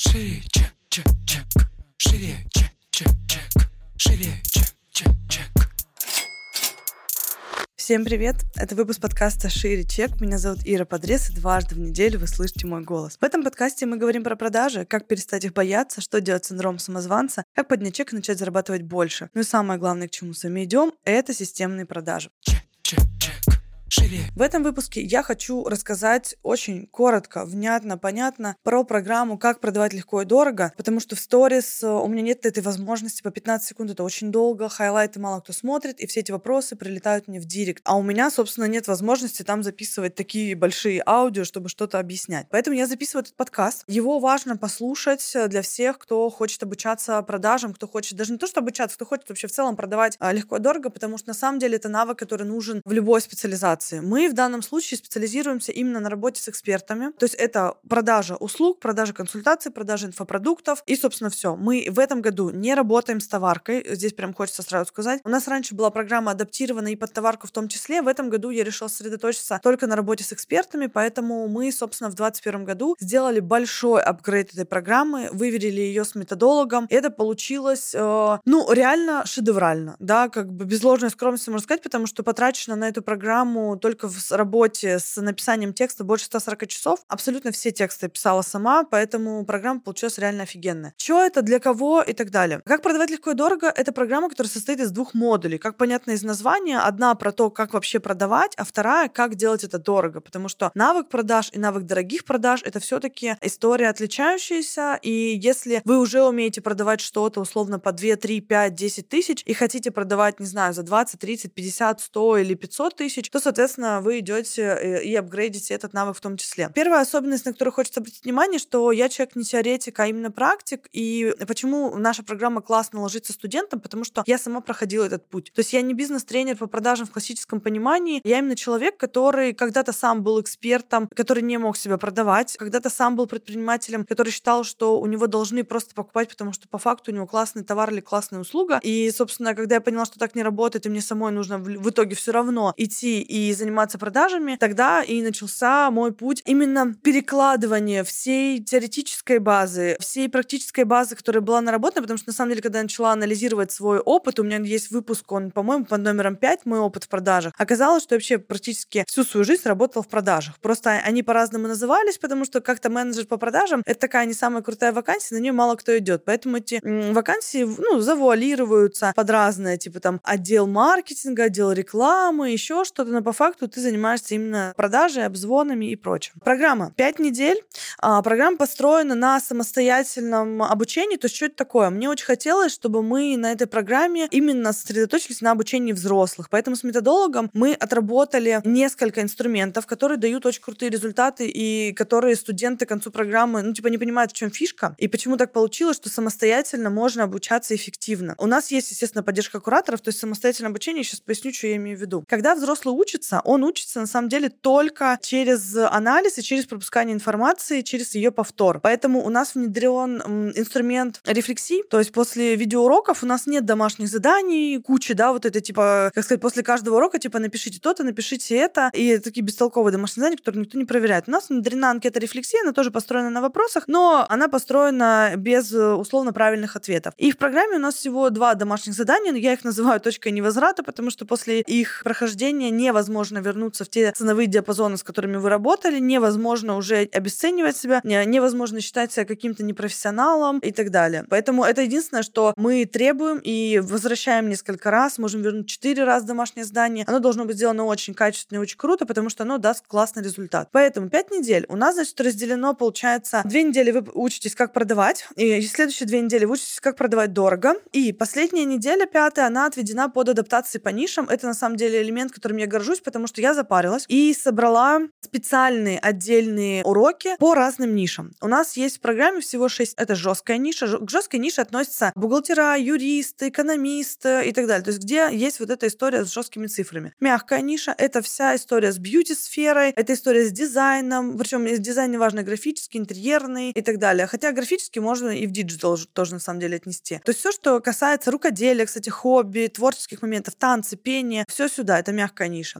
Шире, чек, чек, чек. Шире, чек, чек, чек. Шире, чек, чек, чек. Всем привет! Это выпуск подкаста «Шире чек». Меня зовут Ира Подрез, и дважды в неделю вы слышите мой голос. В этом подкасте мы говорим про продажи, как перестать их бояться, что делать с синдромом самозванца, как поднять чек и начать зарабатывать больше. Ну и самое главное, к чему с вами идем, это системные продажи. Чек, чек, чек. Шире. В этом выпуске я хочу рассказать очень коротко, внятно, понятно про программу «Как продавать легко и дорого», потому что в сторис у меня нет этой возможности по 15 секунд, это очень долго, хайлайты мало кто смотрит, и все эти вопросы прилетают мне в директ. А у меня, собственно, нет возможности там записывать такие большие аудио, чтобы что-то объяснять. Поэтому я записываю этот подкаст. Его важно послушать для всех, кто хочет обучаться продажам, кто хочет даже не то, что обучаться, кто хочет вообще в целом продавать легко и дорого, потому что на самом деле это навык, который нужен в любой специализации. Мы в данном случае специализируемся именно на работе с экспертами. То есть это продажа услуг, продажа консультаций, продажа инфопродуктов и, собственно, все. Мы в этом году не работаем с товаркой. Здесь прям хочется сразу сказать. У нас раньше была программа адаптирована и под товарку в том числе. В этом году я решила сосредоточиться только на работе с экспертами, поэтому мы, собственно, в 2021 году сделали большой апгрейд этой программы, выверили ее с методологом. Это получилось, реально шедеврально, да, как бы без ложной скромности можно сказать, потому что потрачено на эту программу только в работе с написанием текста больше 140 часов. Абсолютно все тексты я писала сама, поэтому программа получилась реально офигенная. Что это, для кого и так далее. Как продавать легко и дорого? Это программа, которая состоит из двух модулей. Как понятно из названия, одна про то, как вообще продавать, а вторая, как делать это дорого. Потому что навык продаж и навык дорогих продаж — это все-таки история отличающаяся. И если вы уже умеете продавать что-то условно по 2, 3, 5, 10 тысяч и хотите продавать, не знаю, за 20, 30, 50, 100 или 500 тысяч, то, соответственно, вы идете и апгрейдите этот навык в том числе. Первая особенность, на которую хочется обратить внимание, что я человек не теоретик, а именно практик. И почему наша программа классно ложится студентам? Потому что я сама проходила этот путь. То есть я не бизнес-тренер по продажам в классическом понимании. Я именно человек, который когда-то сам был экспертом, который не мог себя продавать, когда-то сам был предпринимателем, который считал, что у него должны просто покупать, потому что по факту у него классный товар или классная услуга. И, собственно, когда я поняла, что так не работает, и мне самой нужно в итоге все равно идти и заниматься продажами, тогда и начался мой путь именно перекладывания всей теоретической базы, всей практической базы, которая была наработана, потому что, на самом деле, когда я начала анализировать свой опыт, у меня есть выпуск, он, по-моему, под номером 5, мой опыт в продажах, оказалось, что я вообще практически всю свою жизнь работала в продажах. Просто они по-разному назывались, потому что как-то менеджер по продажам — это такая не самая крутая вакансия, на нее мало кто идет. Поэтому эти вакансии, завуалируются под разное, типа там отдел маркетинга, отдел рекламы, еще что-то, но по факту ты занимаешься именно продажей, обзвонами и прочим. Программа 5 недель. Программа построена на самостоятельном обучении. То есть, что это такое? Мне очень хотелось, чтобы мы на этой программе именно сосредоточились на обучении взрослых. Поэтому с методологом мы отработали несколько инструментов, которые дают очень крутые результаты и которые студенты к концу программы, не понимают, в чем фишка и почему так получилось, что самостоятельно можно обучаться эффективно. У нас есть, естественно, поддержка кураторов, то есть самостоятельное обучение. Сейчас поясню, что я имею в виду. Когда взрослый учится, он учится на самом деле только через анализ и через пропускание информации, через ее повтор. Поэтому у нас внедрен инструмент рефлексии, то есть после видеоуроков у нас нет домашних заданий, кучи, после каждого урока, напишите то-то, напишите это, и такие бестолковые домашние задания, которые никто не проверяет. У нас внедрена анкета рефлексии, она тоже построена на вопросах, но она построена без условно правильных ответов. И в программе у нас всего 2 домашних задания, но я их называю точкой невозврата, потому что после их прохождения невозможно вернуться в те ценовые диапазоны, с которыми вы работали, невозможно уже обесценивать себя, невозможно считать себя каким-то непрофессионалом и так далее. Поэтому это единственное, что мы требуем и возвращаем несколько раз, можем вернуть 4 раза домашнее задание. Оно должно быть сделано очень качественно и очень круто, потому что оно даст классный результат. Поэтому 5 недель у нас, разделено, получается, 2 недели вы учитесь, как продавать, и следующие 2 недели вы учитесь, как продавать дорого, и последняя неделя, 5-я, она отведена под адаптации по нишам. Это, на самом деле, элемент, которым я горжусь, потому что я запарилась и собрала специальные отдельные уроки по разным нишам. У нас есть в программе всего 6. Это жесткая ниша. К жесткой нише относятся бухгалтера, юристы, экономисты и так далее. То есть где есть вот эта история с жесткими цифрами. Мягкая ниша — это вся история с бьюти-сферой, это история с дизайном, причем дизайн неважно, графический, интерьерный и так далее. Хотя графический можно и в диджитал тоже на самом деле отнести. То есть все, что касается рукоделия, кстати, хобби, творческих моментов, танцы, пение, все сюда, это мягкая ниша.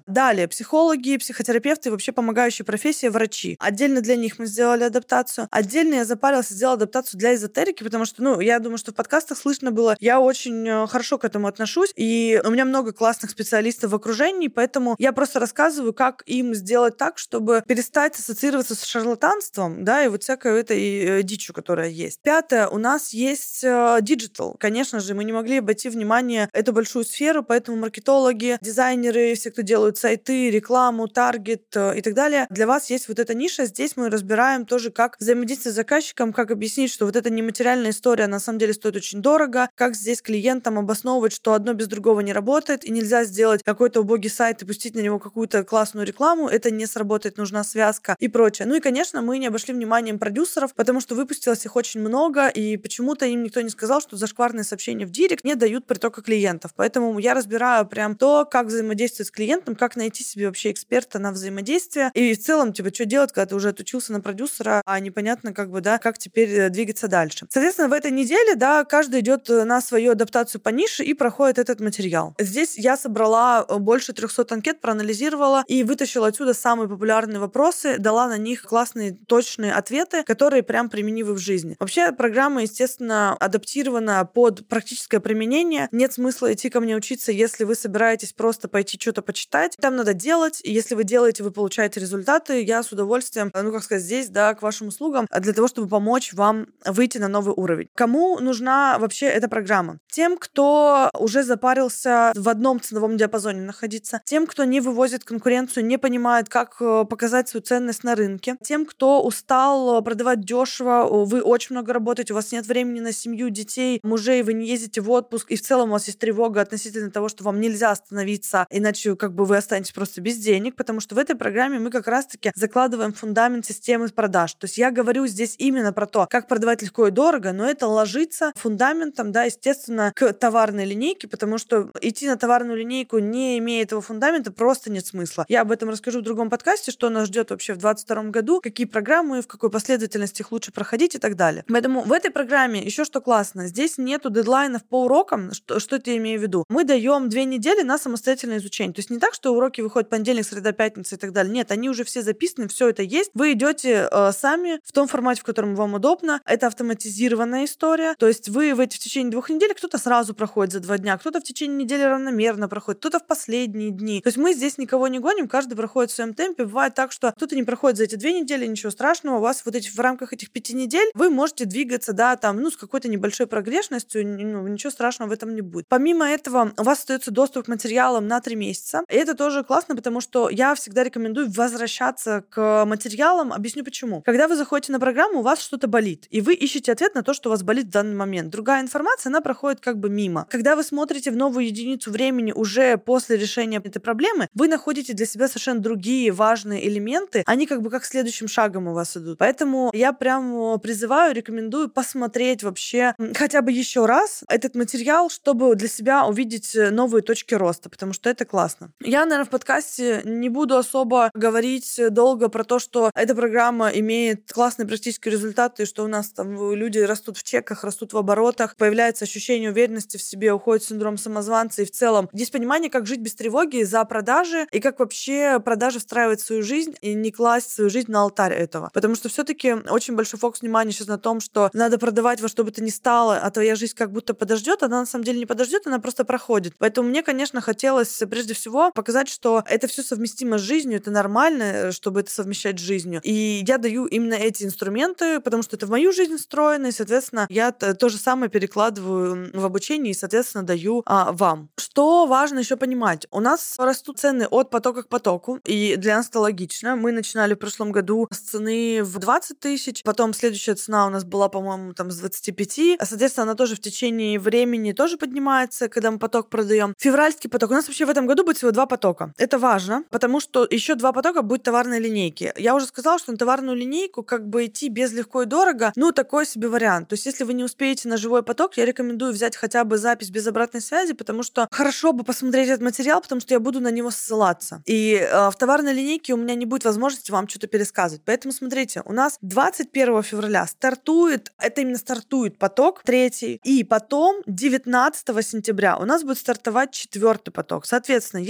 Далее, психологи, психотерапевты и вообще помогающие профессии, врачи. Отдельно для них мы сделали адаптацию. Отдельно я запарилась и сделала адаптацию для эзотерики, потому что, я думаю, что в подкастах слышно было, я очень хорошо к этому отношусь, и у меня много классных специалистов в окружении, поэтому я просто рассказываю, как им сделать так, чтобы перестать ассоциироваться с шарлатанством, да, и вот всякой этой дичью, которая есть. Пятое, у нас есть диджитал. Конечно же, мы не могли обойти внимание эту большую сферу, поэтому маркетологи, дизайнеры, все, кто делают сайты, рекламу, таргет и так далее, для вас есть вот эта ниша. Здесь мы разбираем тоже, как взаимодействовать с заказчиком, как объяснить, что вот эта нематериальная история на самом деле стоит очень дорого, как здесь клиентам обосновывать, что одно без другого не работает, и нельзя сделать какой-то убогий сайт и пустить на него какую-то классную рекламу, это не сработает, нужна связка и прочее. Ну и, конечно, мы не обошли вниманием продюсеров, потому что выпустилось их очень много, и почему-то им никто не сказал, что зашкварные сообщения в директ не дают притока клиентов. Поэтому я разбираю прям то, как взаимодействовать с клиентом, как найти себе вообще эксперта на взаимодействие, и в целом, что делать, когда ты уже отучился на продюсера, а непонятно, как теперь двигаться дальше. Соответственно, в этой неделе, каждый идет на свою адаптацию по нише и проходит этот материал. Здесь я собрала больше 300 анкет, проанализировала и вытащила отсюда самые популярные вопросы, дала на них классные, точные ответы, которые прям применимы в жизни. Вообще, программа, естественно, адаптирована под практическое применение. Нет смысла идти ко мне учиться, если вы собираетесь просто пойти что-то почитать. Там надо делать, и если вы делаете, вы получаете результаты. Я с удовольствием, здесь, к вашим услугам, для того, чтобы помочь вам выйти на новый уровень. Кому нужна вообще эта программа? Тем, кто уже запарился в одном ценовом диапазоне находиться, тем, кто не вывозит конкуренцию, не понимает, как показать свою ценность на рынке, тем, кто устал продавать дешево, вы очень много работаете, у вас нет времени на семью, детей, мужей, вы не ездите в отпуск, и в целом у вас есть тревога относительно того, что вам нельзя остановиться, иначе вы останетесь просто без денег, потому что в этой программе мы как раз-таки закладываем фундамент системы продаж. То есть я говорю здесь именно про то, как продавать легко и дорого, но это ложится фундаментом, естественно, к товарной линейке, потому что идти на товарную линейку, не имея этого фундамента, просто нет смысла. Я об этом расскажу в другом подкасте, что нас ждет вообще в 2022 году, какие программы, в какой последовательности их лучше проходить и так далее. Поэтому в этой программе еще что классно, здесь нету дедлайнов по урокам, что это я имею в виду. Мы даем 2 недели на самостоятельное изучение. То есть не так, что уроки выходят понедельник, среда, пятница и так далее. Нет, они уже все записаны, все это есть. Вы идете сами в том формате, в котором вам удобно. Это автоматизированная история. То есть вы в течение 2 недель, кто-то сразу проходит за 2 дня, кто-то в течение недели равномерно проходит, кто-то в последние дни. То есть мы здесь никого не гоним, каждый проходит в своем темпе. Бывает так, что кто-то не проходит за эти 2 недели, ничего страшного. У вас в рамках этих 5 недель вы можете двигаться, с какой-то небольшой прогрессностью, ничего страшного в этом не будет. Помимо этого, у вас остается доступ к материалам на 3 месяца. И это тоже классно, потому что я всегда рекомендую возвращаться к материалам. Объясню почему. Когда вы заходите на программу, у вас что-то болит, и вы ищете ответ на то, что у вас болит в данный момент. Другая информация, она проходит мимо. Когда вы смотрите в новую единицу времени уже после решения этой проблемы, вы находите для себя совершенно другие важные элементы, они как следующим шагом у вас идут. Поэтому я прям призываю, рекомендую посмотреть вообще хотя бы еще раз этот материал, чтобы для себя увидеть новые точки роста, потому что это классно. Я, наверное, в подкасте не буду особо говорить долго про то, что эта программа имеет классные практические результаты, и что у нас там люди растут в чеках, растут в оборотах, появляется ощущение уверенности в себе, уходит синдром самозванца, и в целом есть понимание, как жить без тревоги за продажи, и как вообще продажи встраивать в свою жизнь и не класть свою жизнь на алтарь этого. Потому что все-таки очень большой фокус внимания сейчас на том, что надо продавать во что бы то ни стало, а твоя жизнь как будто подождет, она на самом деле не подождет, она просто проходит. Поэтому мне, конечно, хотелось прежде всего показать, что это все совместимо с жизнью, это нормально, чтобы это совмещать с жизнью. И я даю именно эти инструменты, потому что это в мою жизнь встроено, и, соответственно, я то же самое перекладываю в обучение и, соответственно, даю вам. Что важно еще понимать? У нас растут цены от потока к потоку, и для нас это логично. Мы начинали в прошлом году с цены в 20 тысяч, потом следующая цена у нас была, по-моему, с 25, соответственно, она тоже в течение времени тоже поднимается, когда мы поток продаем. Февральский поток. У нас вообще в этом году будет всего 2 потока. Это важно, потому что еще 2 потока будет товарной линейки. Я уже сказала, что на товарную линейку идти без легко и дорого, такой себе вариант. То есть, если вы не успеете на живой поток, я рекомендую взять хотя бы запись без обратной связи, потому что хорошо бы посмотреть этот материал, потому что я буду на него ссылаться. И в товарной линейке у меня не будет возможности вам что-то пересказывать. Поэтому смотрите, у нас 21 февраля стартует поток 3, и потом 19 сентября у нас будет стартовать 4 поток. Соответственно, если вы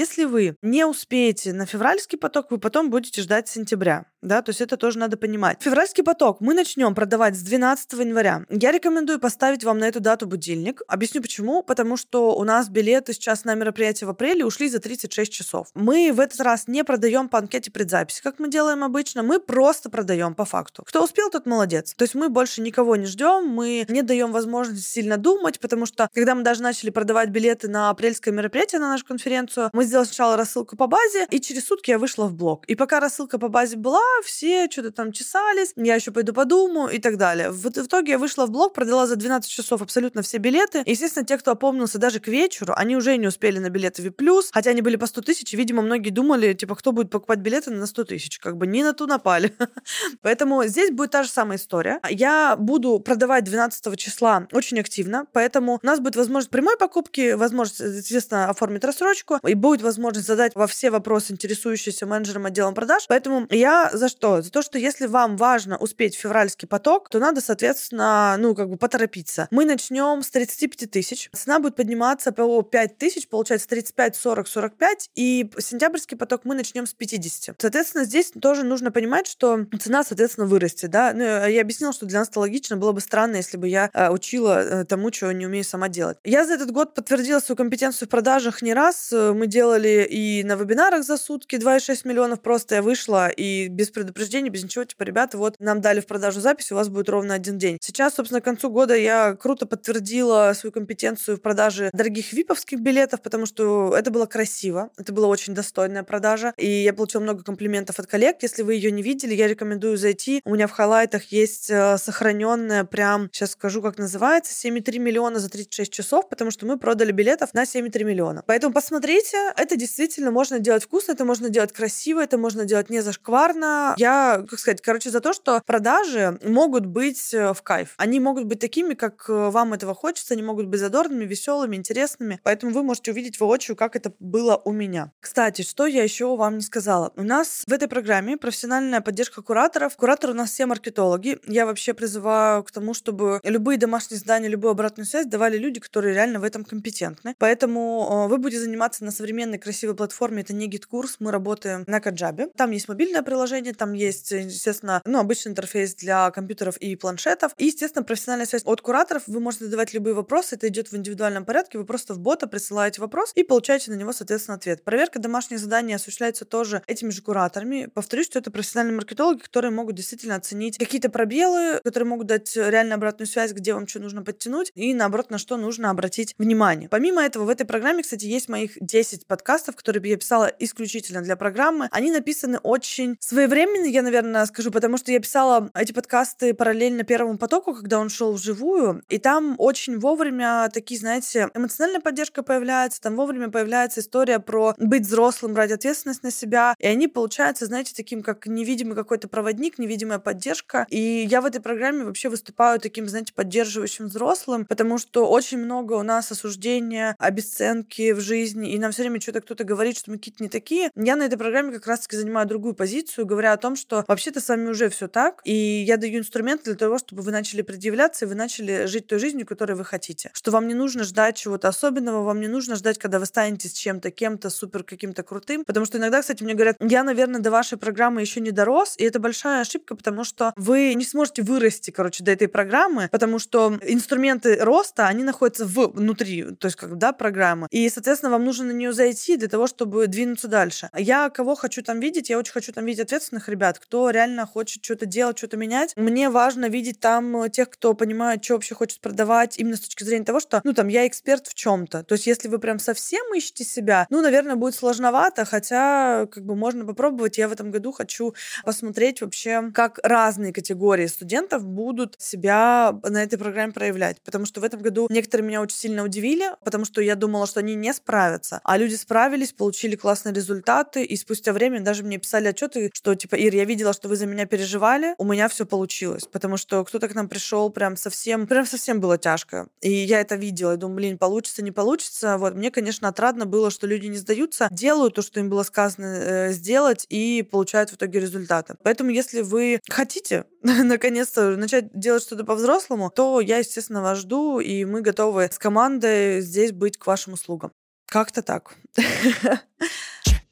вы не успеете на февральский поток, вы потом будете ждать сентября. Да, то есть это тоже надо понимать. Февральский поток мы начнем продавать с 12 января. Я рекомендую поставить вам на эту дату будильник. Объясню почему. Потому что у нас билеты сейчас на мероприятие в апреле ушли за 36 часов. Мы в этот раз не продаем по анкете предзаписи, как мы делаем обычно. Мы просто продаем по факту. Кто успел, тот молодец. То есть мы больше никого не ждем, мы не даем возможности сильно думать, потому что когда мы даже начали продавать билеты на апрельское мероприятие, на нашу конференцию, мы сделали сначала рассылку по базе, и через сутки я вышла в блог. И пока рассылка по базе была, все что-то там чесались, я еще пойду подумаю и так далее. В итоге я вышла в блог, продала за 12 часов абсолютно все билеты. И, естественно, те, кто опомнился даже к вечеру, они уже не успели на билеты VIP+, хотя они были по 100 тысяч, и, видимо, многие думали, типа, кто будет покупать билеты на 100 тысяч, как бы не на ту напали. Поэтому здесь будет та же самая история. Я буду продавать 12 числа очень активно, поэтому у нас будет возможность прямой покупки, возможность, естественно, оформить рассрочку, и будет возможность задать во все вопросы, интересующиеся менеджером отделом продаж. Поэтому я за что? За то, что если вам важно успеть в февральский поток, то надо, соответственно, поторопиться. Мы начнем с 35 тысяч. Цена будет подниматься по 5 тысяч, получается 35, 40, 45, и сентябрьский поток мы начнем с 50. Соответственно, здесь тоже нужно понимать, что цена, соответственно, вырастет. Да? Я объяснила, что для нас это логично. Было бы странно, если бы я учила тому, чего не умею сама делать. Я за этот год подтвердила свою компетенцию в продажах не раз. Мы делали и на вебинарах за сутки 2,6 миллионов. Просто я вышла и без предупреждения, без ничего, типа, ребята, вот нам дали в продажу запись, у вас будет ровно один день. Сейчас, собственно, к концу года я круто подтвердила свою компетенцию в продаже дорогих виповских билетов, потому что это было красиво, это была очень достойная продажа, и я получила много комплиментов от коллег. Если вы ее не видели, я рекомендую зайти. У меня в хайлайтах есть сохраненная, прям, сейчас скажу, как называется, 7,3 миллиона за 36 часов, потому что мы продали билетов на 7,3 миллиона. Поэтому посмотрите, это действительно можно делать вкусно, это можно делать красиво, это можно делать не зашкварно. Я, за то, что продажи могут быть в кайф. Они могут быть такими, как вам этого хочется, они могут быть задорными, веселыми, интересными. Поэтому вы можете увидеть воочию, как это было у меня. Кстати, что я еще вам не сказала. У нас в этой программе профессиональная поддержка кураторов. Кураторы у нас все маркетологи. Я вообще призываю к тому, чтобы любые домашние задания, любую обратную связь давали люди, которые реально в этом компетентны. Поэтому вы будете заниматься на современной красивой платформе. Это не гид-курс. Мы работаем на Kajabi. Там есть мобильное приложение, там есть, естественно, обычный интерфейс для компьютеров и планшетов. И, естественно, профессиональная связь от кураторов. Вы можете задавать любые вопросы. Это идет в индивидуальном порядке. Вы просто в бота присылаете вопрос и получаете на него, соответственно, ответ. Проверка домашних заданий осуществляется тоже этими же кураторами. Повторюсь, что это профессиональные маркетологи, которые могут действительно оценить какие-то пробелы, которые могут дать реально обратную связь, где вам что нужно подтянуть, и, наоборот, на что нужно обратить внимание. Помимо этого, в этой программе, кстати, есть моих 10 подкастов, которые я писала исключительно для программы. Они написаны очень своевременно, я, наверное, скажу, потому что я писала эти подкасты параллельно первому потоку, когда он шел вживую, и там очень вовремя такие, знаете, эмоциональная поддержка появляется, там вовремя появляется история про быть взрослым, брать ответственность на себя, и они получаются, знаете, таким, как невидимый какой-то проводник, невидимая поддержка, и я в этой программе вообще выступаю таким, знаете, поддерживающим взрослым, потому что очень много у нас осуждения, обесценки в жизни, и нам все время что-то кто-то говорит, что мы какие-то не такие. Я на этой программе как раз-таки занимаю другую позицию, говоря о том, что вообще-то с вами уже все так, и я даю инструменты для того, чтобы вы начали предъявляться, и вы начали жить той жизнью, которой вы хотите. Что вам не нужно ждать чего-то особенного, вам не нужно ждать, когда вы станете с чем-то, кем-то супер каким-то крутым, потому что иногда, кстати, мне говорят, я, наверное, до вашей программы еще не дорос, и это большая ошибка, потому что вы не сможете вырасти, до этой программы, потому что инструменты роста, они находятся внутри, то есть, программы, и, соответственно, вам нужно на нее зайти для того, чтобы двинуться дальше. Я кого хочу там видеть? Я очень хочу там видеть ответственных ребят, кто реально хочет что-то делать, что-то менять. Мне важно видеть там тех, кто понимает, что вообще хочет продавать, именно с точки зрения того, что, я эксперт в чем-то. То есть, если вы прям совсем ищете себя, наверное, будет сложновато, хотя, можно попробовать. Я в этом году хочу посмотреть вообще, как разные категории студентов будут себя на этой программе проявлять. Потому что в этом году некоторые меня очень сильно удивили, потому что я думала, что они не справятся. А люди справились, получили классные результаты, и спустя время даже мне писали отчеты, что Ир, я видела, что вы за меня переживали, у меня все получилось. Потому что кто-то к нам пришел прям совсем было тяжко. И я это видела. Я думаю, получится, не получится. Мне, конечно, отрадно было, что люди не сдаются, делают то, что им было сказано сделать, и получают в итоге результаты. Поэтому, если вы хотите наконец-то начать делать что-то по-взрослому, то я, естественно, вас жду, и мы готовы с командой здесь быть к вашим услугам. Как-то так.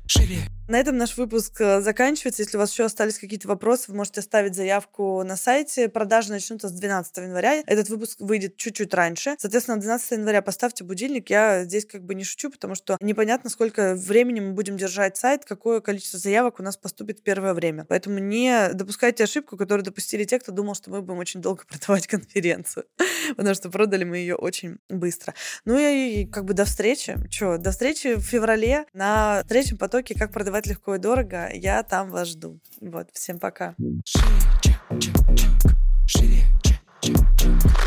шире. На этом наш выпуск заканчивается. Если у вас еще остались какие-то вопросы, вы можете оставить заявку на сайте. Продажи начнутся с 12 января. Этот выпуск выйдет чуть-чуть раньше. Соответственно, 12 января поставьте будильник. Я здесь как бы не шучу, потому что непонятно, сколько времени мы будем держать сайт, какое количество заявок у нас поступит в первое время. Поэтому не допускайте ошибку, которую допустили те, кто думал, что мы будем очень долго продавать конференцию. Потому что продали мы ее очень быстро. Ну и как бы до встречи. До встречи в феврале на третьем потоке «Как продавать легко и дорого». Я там вас жду. Вот, всем пока. Шире, чек, чек, чек. Шире, чек, чек, чек.